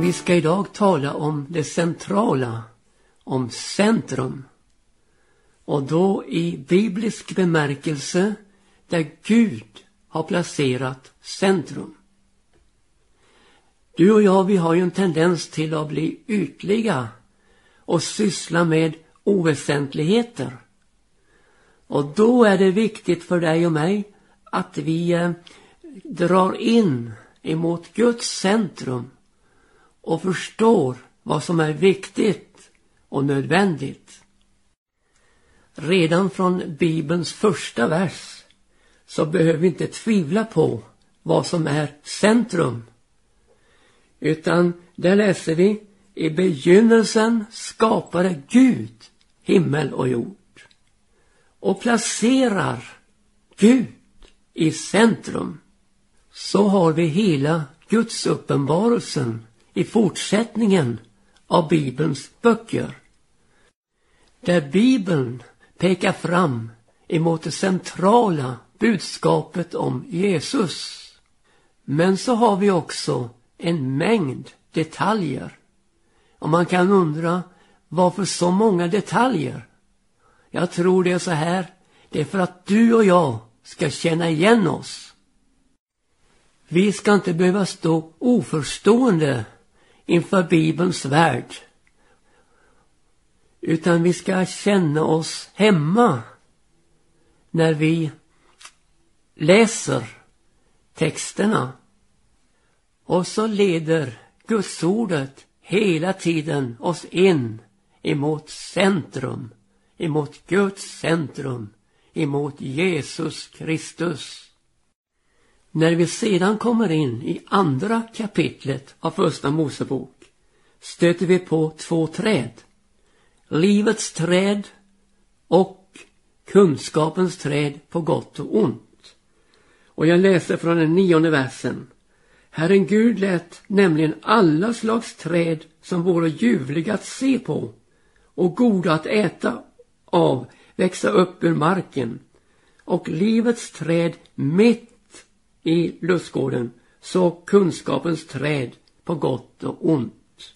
Vi ska idag tala om det centrala, om centrum. Och då i biblisk bemärkelse där Gud har placerat centrum. Du och jag, vi har ju en tendens till att bli ytliga och syssla med oväsentligheter. Och då är det viktigt för dig och mig att vi drar in emot Guds centrum och förstår vad som är viktigt och nödvändigt. Redan från Bibelns första vers så behöver vi inte tvivla på vad som är centrum. Utan där läser vi: i begynnelsen skapade Gud himmel och jord. Och placerar Gud i centrum, så har vi hela Guds uppenbarelsen i fortsättningen av Bibelns böcker. Där Bibeln pekar fram emot det centrala budskapet om Jesus. Men så har vi också en mängd detaljer. Och man kan undra, varför så många detaljer? Jag tror det är så här: det är för att du och jag ska känna igen oss. Vi ska inte behöva stå oförstående inför Bibelns värld, utan vi ska känna oss hemma när vi läser texterna. Och så leder Guds ordet hela tiden oss in emot centrum, emot Guds centrum, emot Jesus Kristus. När vi sedan kommer in i andra kapitlet av första Mosebok stöter vi på två träd. Livets träd och kunskapens träd på gott och ont. Och jag läser från den 9:e versen. Herren Gud lät nämligen alla slags träd som vore ljuvliga att se på och goda att äta av växa upp ur marken, och livets träd mitt i lustgården, så kunskapens träd på gott och ont.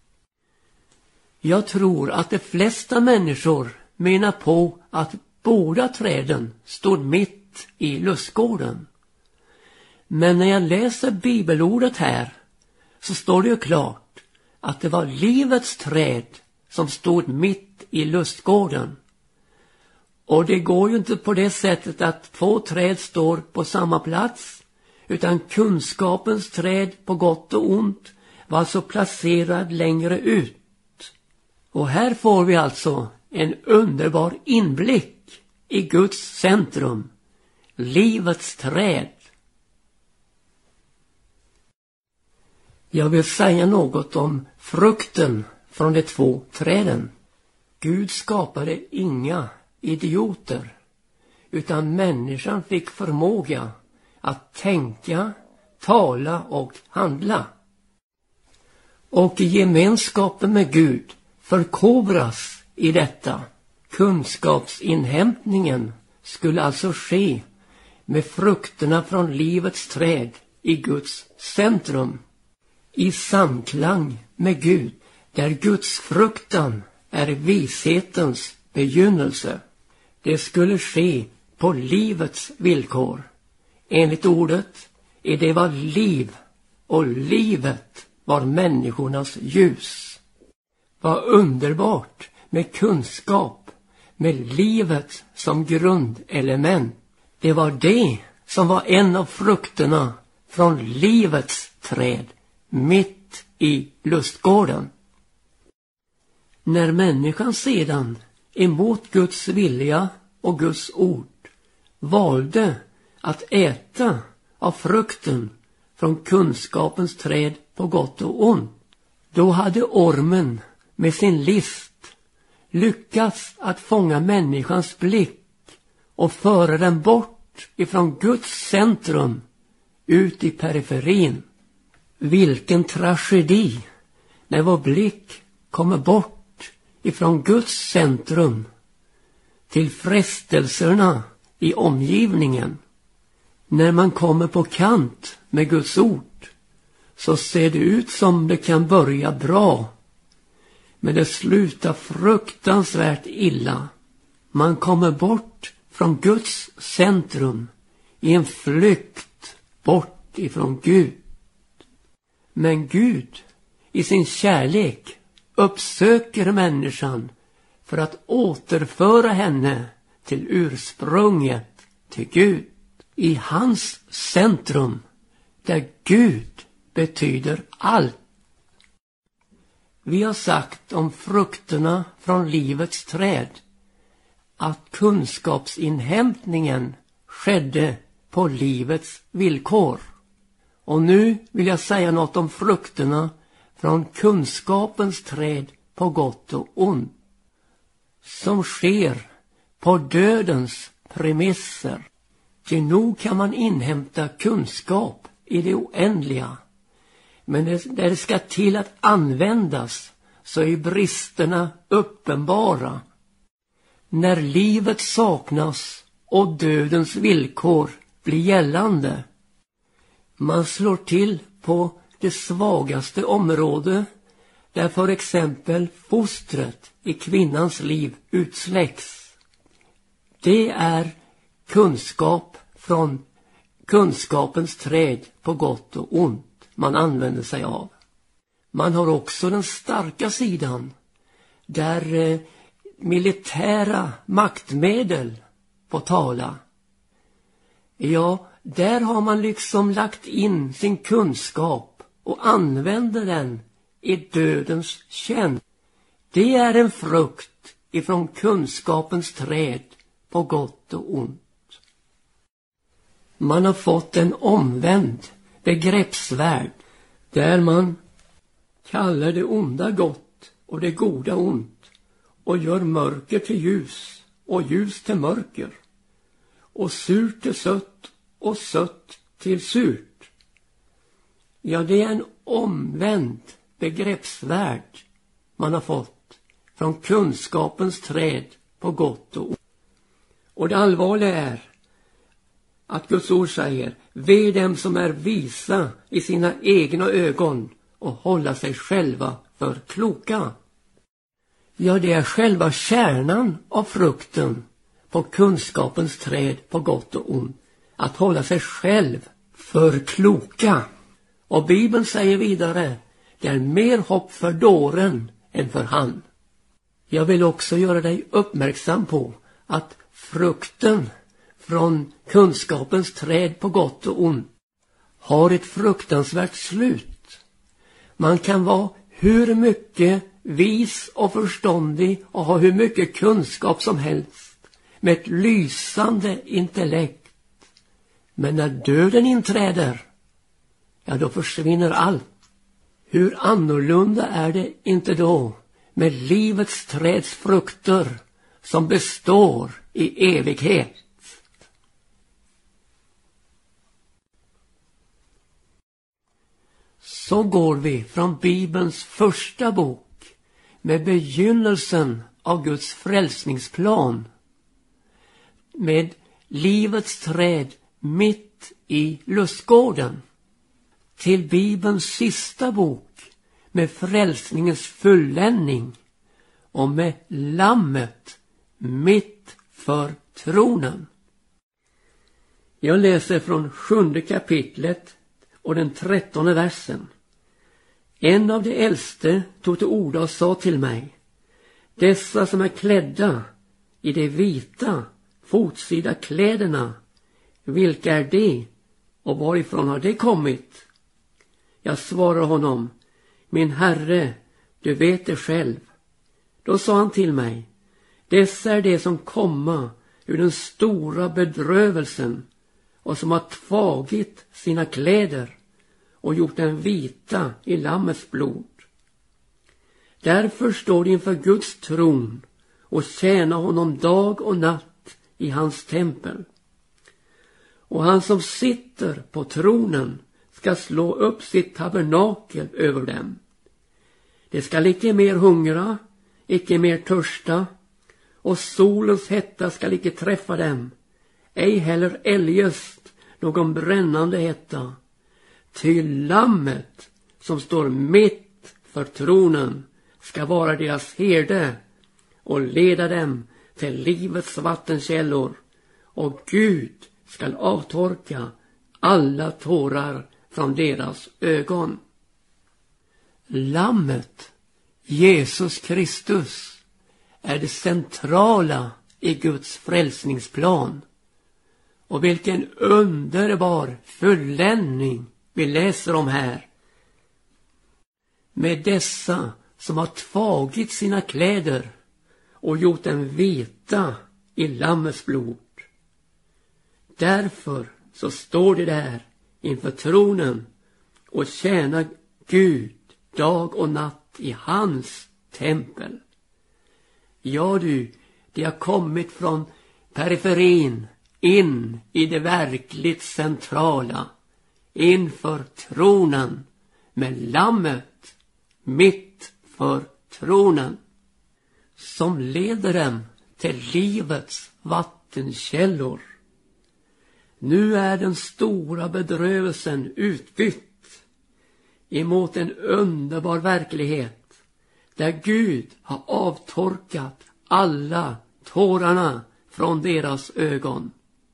Jag tror att de flesta människor menar på att båda träden stod mitt i lustgården. Men när jag läser bibelordet här så står det ju klart att det var livets träd som stod mitt i lustgården. Och det går ju inte på det sättet att två träd står på samma plats, utan kunskapens träd på gott och ont var alltså placerad längre ut. Och här får vi alltså en underbar inblick i Guds centrum, livets träd. Jag vill säga något om frukten från de två träden. Gud skapade inga idioter, utan människan fick förmåga att tänka, tala och handla. Och i gemenskapen med Gud förkovras i detta. Kunskapsinhämtningen skulle alltså ske med frukterna från livets träd i Guds centrum, i samklang med Gud, där Guds fruktan är vishetens begynnelse. Det skulle ske på livets villkor. Enligt ordet är det var liv, och livet var människornas ljus. Vad underbart med kunskap, med livet som grundelement. Det var det som var en av frukterna från livets träd mitt i lustgården. När människan sedan emot Guds vilja och Guds ord valde att äta av frukten från kunskapens träd på gott och ont, då hade ormen med sin list lyckats att fånga människans blick och föra den bort ifrån Guds centrum ut i periferin. Vilken tragedi när vår blick kommer bort ifrån Guds centrum till frestelserna i omgivningen. När man kommer på kant med Guds ord så ser det ut som det kan börja bra. Men det slutar fruktansvärt illa. Man kommer bort från Guds centrum i en flykt bort ifrån Gud. Men Gud i sin kärlek uppsöker människan för att återföra henne till ursprunget, till Gud. I hans centrum, där Gud betyder allt. Vi har sagt om frukterna från livets träd att kunskapsinhämtningen skedde på livets villkor. Och nu vill jag säga något om frukterna från kunskapens träd på gott och ont, som sker på dödens premisser. Ty nog kan man inhämta kunskap i det oändliga, men där det ska till att användas så är bristerna uppenbara. När livet saknas och dödens villkor blir gällande. Man slår till på det svagaste område, där för exempel fostret i kvinnans liv utsläcks. Det är kunskap från kunskapens träd på gott och ont man använder sig av. Man har också den starka sidan, där militära maktmedel får tala. Ja, där har man liksom lagt in sin kunskap och använder den i dödens tjänst. Det är en frukt ifrån kunskapens träd på gott och ont. Man har fått en omvänd begreppsvärld, där man kallar det onda gott och det goda ont, och gör mörker till ljus och ljus till mörker, och surt till sött och sött till surt. Ja, det är en omvänd begreppsvärld man har fått från kunskapens träd på gott och ont. Och det allvarliga är att Guds ord säger: ve dem som är visa i sina egna ögon och hålla sig själva för kloka. Ja, det är själva kärnan av frukten på kunskapens träd på gott och ont, att hålla sig själv för kloka. Och Bibeln säger vidare: det är mer hopp för dåren än för han. Jag vill också göra dig uppmärksam på att frukten från kunskapens träd på gott och ont har ett fruktansvärt slut. Man kan vara hur mycket vis och förståndig och ha hur mycket kunskap som helst, med ett lysande intellekt. Men när döden inträder, ja, då försvinner allt. Hur annorlunda är det inte då med livets träds frukter som består i evighet? Så går vi från Bibelns första bok med begynnelsen av Guds frälsningsplan, med livets träd mitt i lustgården, till Bibelns sista bok med frälsningens fulländning och med lammet mitt för tronen. Jag läser från 7:e kapitlet och den 13:e versen. En av de äldste tog till orda och sa till mig: dessa som är klädda i de vita fotsida kläderna, vilka är de och varifrån har de kommit? Jag svarar honom: min herre, du vet det själv. Då sa han till mig: dessa är de som komma ur den stora bedrövelsen och som har tvagit sina kläder och gjort den vita i lammets blod. Därför står de inför Guds tron och tjänar honom dag och natt i hans tempel. Och han som sitter på tronen ska slå upp sitt tabernakel över dem. Det ska icke mer hungra, icke mer törsta, och solens hetta ska icke träffa dem, ej heller eljest någon brännande hetta. Ty lammet som står mitt för tronen ska vara deras herde och leda dem till livets vattenkällor, och Gud skall avtorka alla tårar från deras ögon. Lammet, Jesus Kristus, är det centrala i Guds frälsningsplan. Och vilken underbar fulländning vi läser om här. Med dessa som har tagit sina kläder och gjort dem vita i lammets blod. Därför så står det där inför tronen och tjänar Gud dag och natt i hans tempel. Ja du, de har kommit från periferin in i det verkligt centrala, inför tronen med lammet mitt för tronen, som leder dem till livets vattenkällor. Nu är den stora bedrövelsen utbytt emot en underbar verklighet där Gud har avtorkat alla tårarna från deras ögon.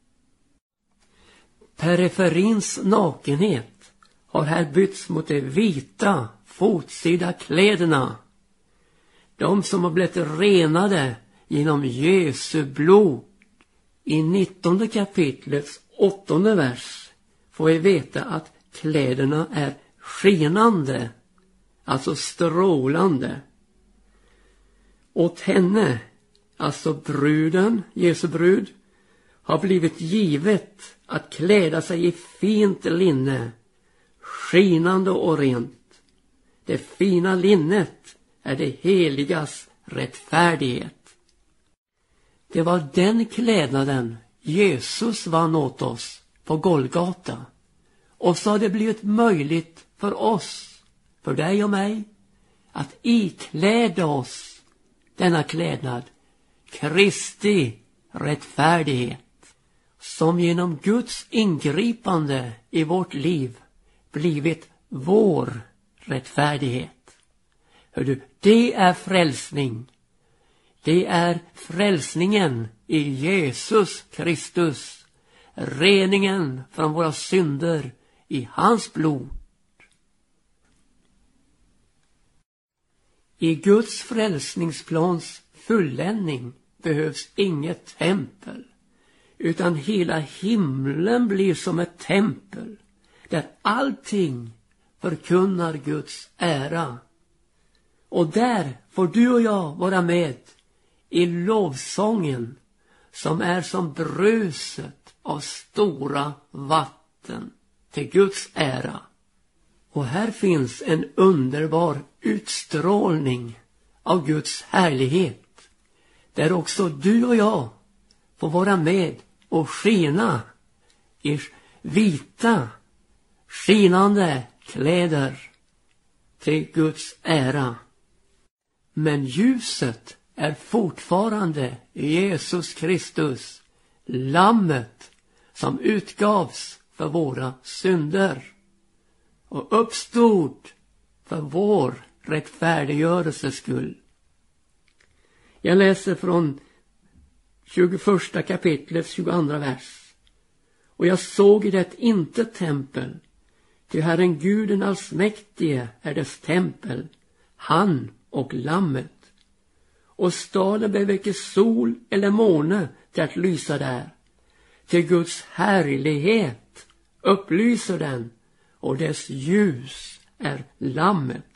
Periferins nakenhet har här bytts mot de vita fotsida kläderna. De som har blivit renade genom Jesu blod. I 19 kapitlets 8:e vers får vi veta att kläderna är skinande, alltså strålande. Åt henne, alltså bruden, Jesu brud, har blivit givet att kläda sig i fint linne, skinande och rent. Det fina linnet är det heligas rättfärdighet. Det var den klädnaden Jesus vann åt oss på Golgata. Och så har det blivit möjligt för oss, för dig och mig, att ikläda oss denna klädnad, Kristi rättfärdighet, som genom Guds ingripande i vårt liv blivit vår rättfärdighet. Hör du, det är frälsning. Det är frälsningen i Jesus Kristus, reningen från våra synder i hans blod. I Guds frälsningsplans fulländning behövs inget tempel, utan hela himlen blir som ett tempel där allting förkunnar Guds ära. Och där får du och jag vara med i lovsången som är som bruset av stora vatten till Guds ära. Och här finns en underbar utstrålning av Guds härlighet, där också du och jag får vara med och skina i vita, skinande kläder till Guds ära. Men ljuset är fortfarande Jesus Kristus, lammet som utgavs för våra synder och uppstod för vår rättfärdiggörelses skull. Jag läser från 21 kapitlets 22 vers. Och jag såg i det inte tempel, ty Herren Guden allsmäktige är dess tempel, han och lammet. Och staden blev icke sol eller måne till att lysa där, till Guds härlighet upplyser den, och dess ljus är lammet.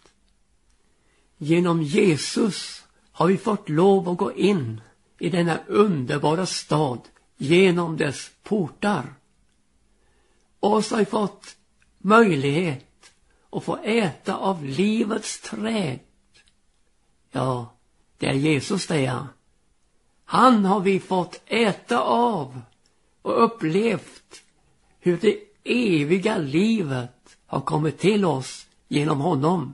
Genom Jesus har vi fått lov att gå in i denna underbara stad genom dess portar. Och så har vi fått möjlighet att få äta av livets träd. Ja, det är Jesus det, ja. Han har vi fått äta av och upplevt hur det eviga livet har kommit till oss genom honom.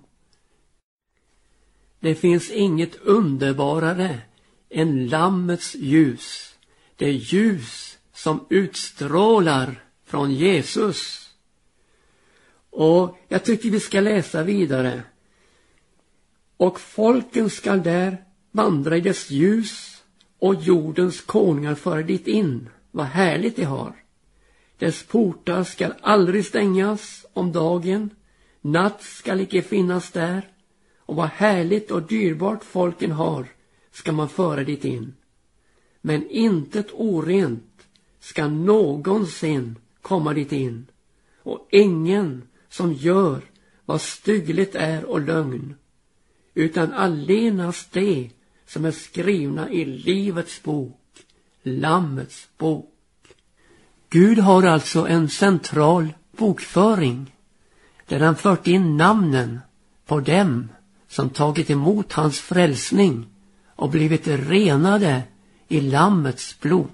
Det finns inget underbarare än lammets ljus. Det ljus som utstrålar från Jesus. Och jag tycker vi ska läsa vidare. Och folken skall där vandra i dess ljus och jordens konungar föra dit in. Vad härligt det har. Dess portar skall aldrig stängas om dagen. Natt skall icke finnas där. Och vad härligt och dyrbart folken har ska man föra dit in. Men intet orent ska någonsin komma dit in. Och ingen som gör vad styggligt är och lögn. Utan allenast det som är skrivna i livets bok, Lammets bok. Gud har alltså en central bokföring där han fört in namnen på dem som tagit emot hans frälsning och blivit renade i Lammets blod.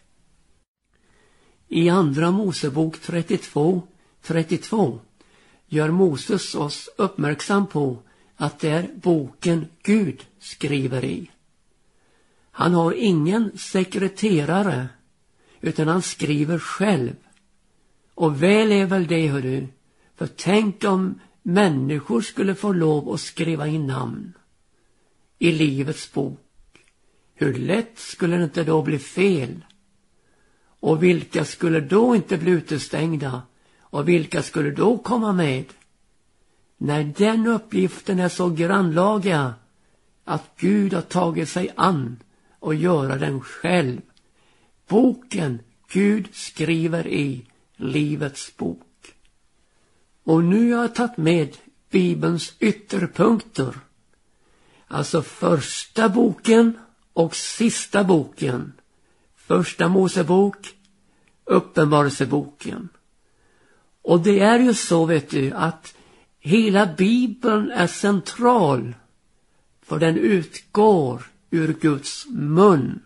I andra Mosebok 32 gör Moses oss uppmärksam på att det är boken Gud skriver i. Han har ingen sekreterare utan han skriver själv. Och väl är väl det, hörru, för tänk om människor skulle få lov att skriva in namn i livets bok. Hur lätt skulle det inte då bli fel? Och vilka skulle då inte bli utestängda? Och vilka skulle då komma med? När den uppgiften är så grannlaga att Gud har tagit sig an och göra den själv. Boken Gud skriver i, livets bok. Och nu har jag tagit med Bibelns ytterpunkter. Alltså första boken och sista boken. Första Mosebok, Uppenbarelseboken. Och det är ju så, vet du, att hela Bibeln är central, för den utgår ur Guds mun.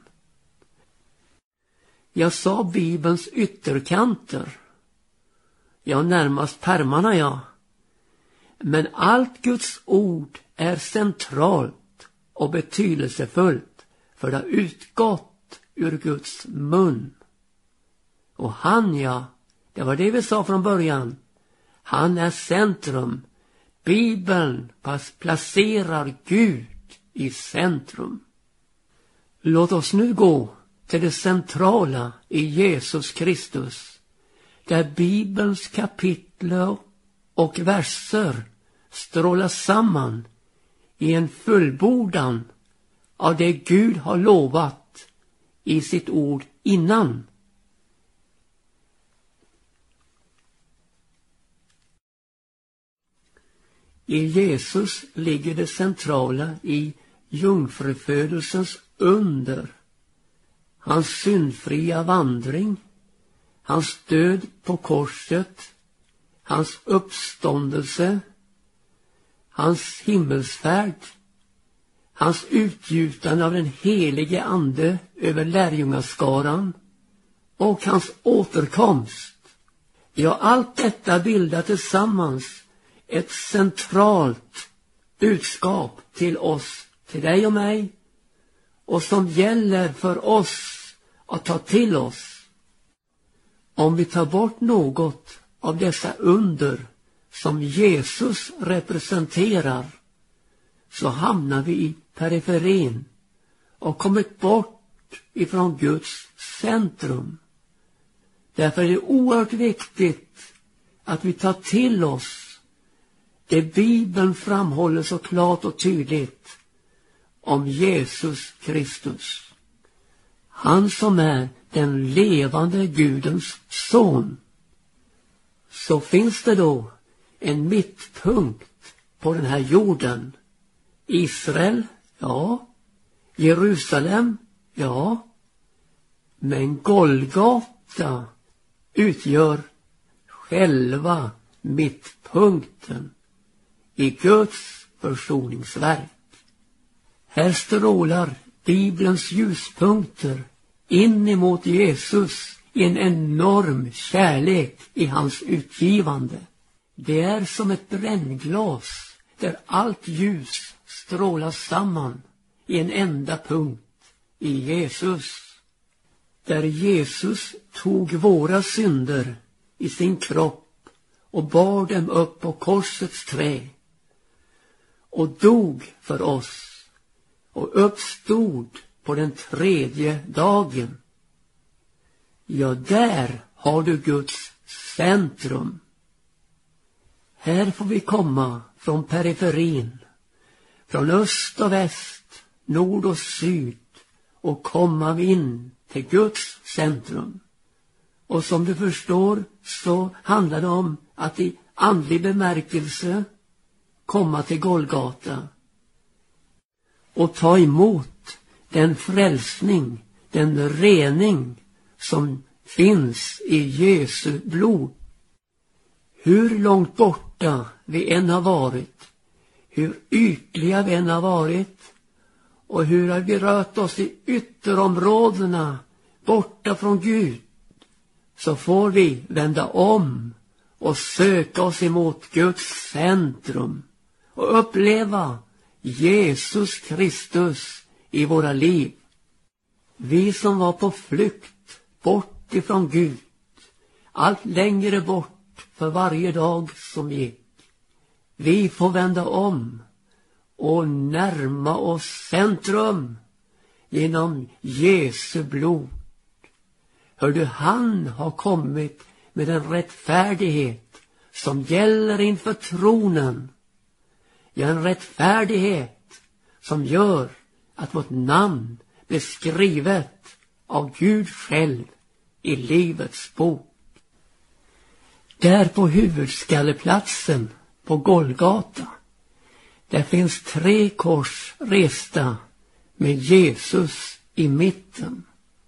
Jag sa Bibelns ytterkanter. Ja, närmast pärmarna, ja. Men allt Guds ord är centralt och betydelsefullt, för det har utgått ur Guds mun. Och han, ja, det var det vi sa från början. Han är centrum. Bibeln placerar Gud i centrum. Låt oss nu gå till det centrala i Jesus Kristus, där Bibelns kapitel och verser strålar samman i en fullbordan av det Gud har lovat i sitt ord innan. I Jesus ligger det centrala i jungfrufödelsens under, hans syndfria vandring, hans död på korset, hans uppståndelse, hans himmelsfärd, hans utgjutande av den helige ande över lärjungaskaran och hans återkomst. Ja, allt detta bildar tillsammans ett centralt budskap till oss, till dig och mig, och som gäller för oss att ta till oss. Om vi tar bort något av dessa under som Jesus representerar, så hamnar vi i periferin och kommit bort ifrån Guds centrum. Därför är det oerhört viktigt att vi tar till oss det Bibeln framhåller så klart och tydligt om Jesus Kristus. Han som är den levande Gudens son. Så finns det då en mittpunkt på den här jorden. Israel, ja. Jerusalem, ja. Men Golgata utgör själva mittpunkten i Guds försoningsverk. Här strålar Bibelns ljuspunkter in emot Jesus i en enorm kärlek i hans utgivande. Det är som ett brännglas där allt ljus strålar samman i en enda punkt, i Jesus. Där Jesus tog våra synder i sin kropp och bar dem upp på korsets trä och dog för oss och uppstod på den 3:e dagen. Ja, där har du Guds centrum. Här får vi komma från periferin, från öst och väst, nord och syd, och komma in till Guds centrum. Och som du förstår så handlar det om att i andlig bemärkelse komma till Golgata och ta emot den frälsning, den rening som finns i Jesu blod. Hur långt borta vi än har varit, hur ytliga vi än har varit, och hur har vi rört oss i ytterområdena borta från Gud, så får vi vända om och söka oss emot Guds centrum och uppleva Jesus Kristus i våra liv. Vi som var på flykt bort ifrån Gud, allt längre bort för varje dag som gick, vi får vända om och närma oss centrum genom Jesu blod. Hör du, han har kommit med en rättfärdighet som gäller inför tronen. Ja, en rättfärdighet som gör att vårt namn blir skrivet av Gud själv i livets bok. Där på huvudskalleplatsen på Golgata, där finns 3 kors resta med Jesus i mitten.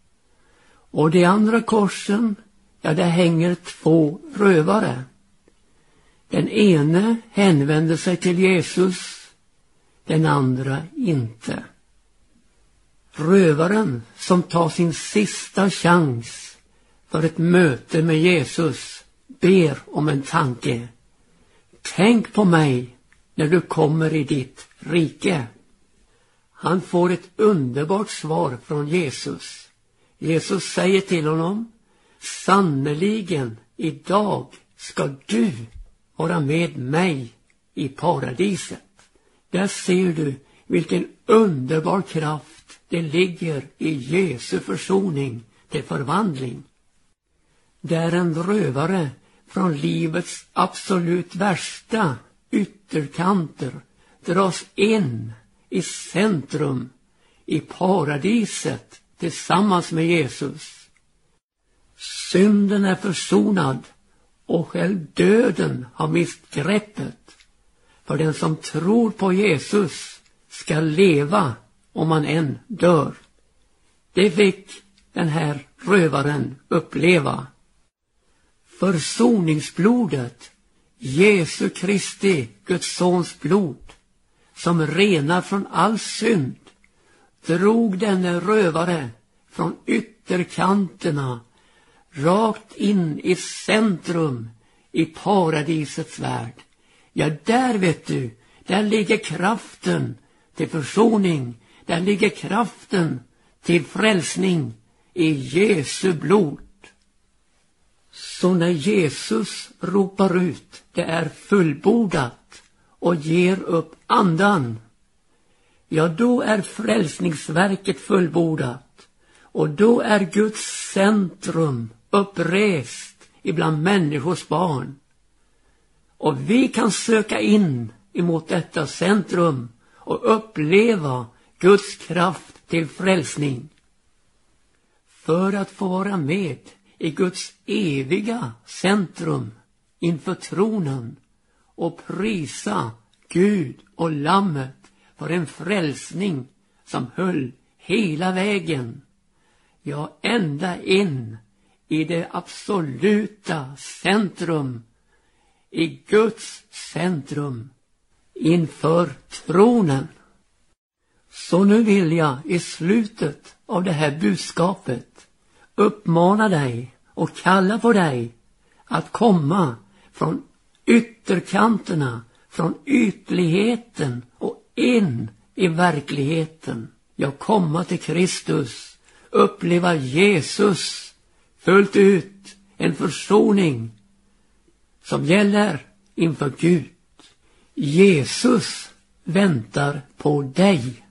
Och de andra korsen, ja, där hänger 2 rövare. Den ene hänvänder sig till Jesus, den andra inte. Rövaren som tar sin sista chans för ett möte med Jesus ber om en tanke. Tänk på mig när du kommer i ditt rike. Han får ett underbart svar från Jesus. Jesus säger till honom: sannoliken, idag ska du vara med mig i paradiset. Där ser du vilken underbar kraft det ligger i Jesu försoning till förvandling. Där en rövare från livets absolut värsta ytterkanter dras in i centrum i paradiset tillsammans med Jesus. Synden är försonad och själv döden har mist greppet. För den som tror på Jesus ska leva om han än dör. Det fick den här rövaren uppleva. Försoningsblodet, Jesu Kristi, Guds sons blod, som renar från all synd, drog denne rövare från ytterkanterna rakt in i centrum i paradisets värld. Ja, där vet du, där ligger kraften till försoning, där ligger kraften till frälsning i Jesu blod. Så när Jesus ropar ut, det är fullbordat, och ger upp andan, ja, då är frälsningsverket fullbordat, och då är Guds centrum upprest ibland människors barn. Och vi kan söka in emot detta centrum och uppleva Guds kraft till frälsning. För att få vara med i Guds eviga centrum inför tronen och prisa Gud och Lammet för en frälsning som höll hela vägen, ja, ända in i det absoluta centrum, i Guds centrum inför tronen. Så nu vill jag i slutet av det här budskapet uppmana dig och kalla på dig att komma från ytterkanterna, från ytligheten och in i verkligheten. Ja, komma till Kristus, uppleva Jesus fullt ut, en försoning som gäller inför Gud. Jesus väntar på dig.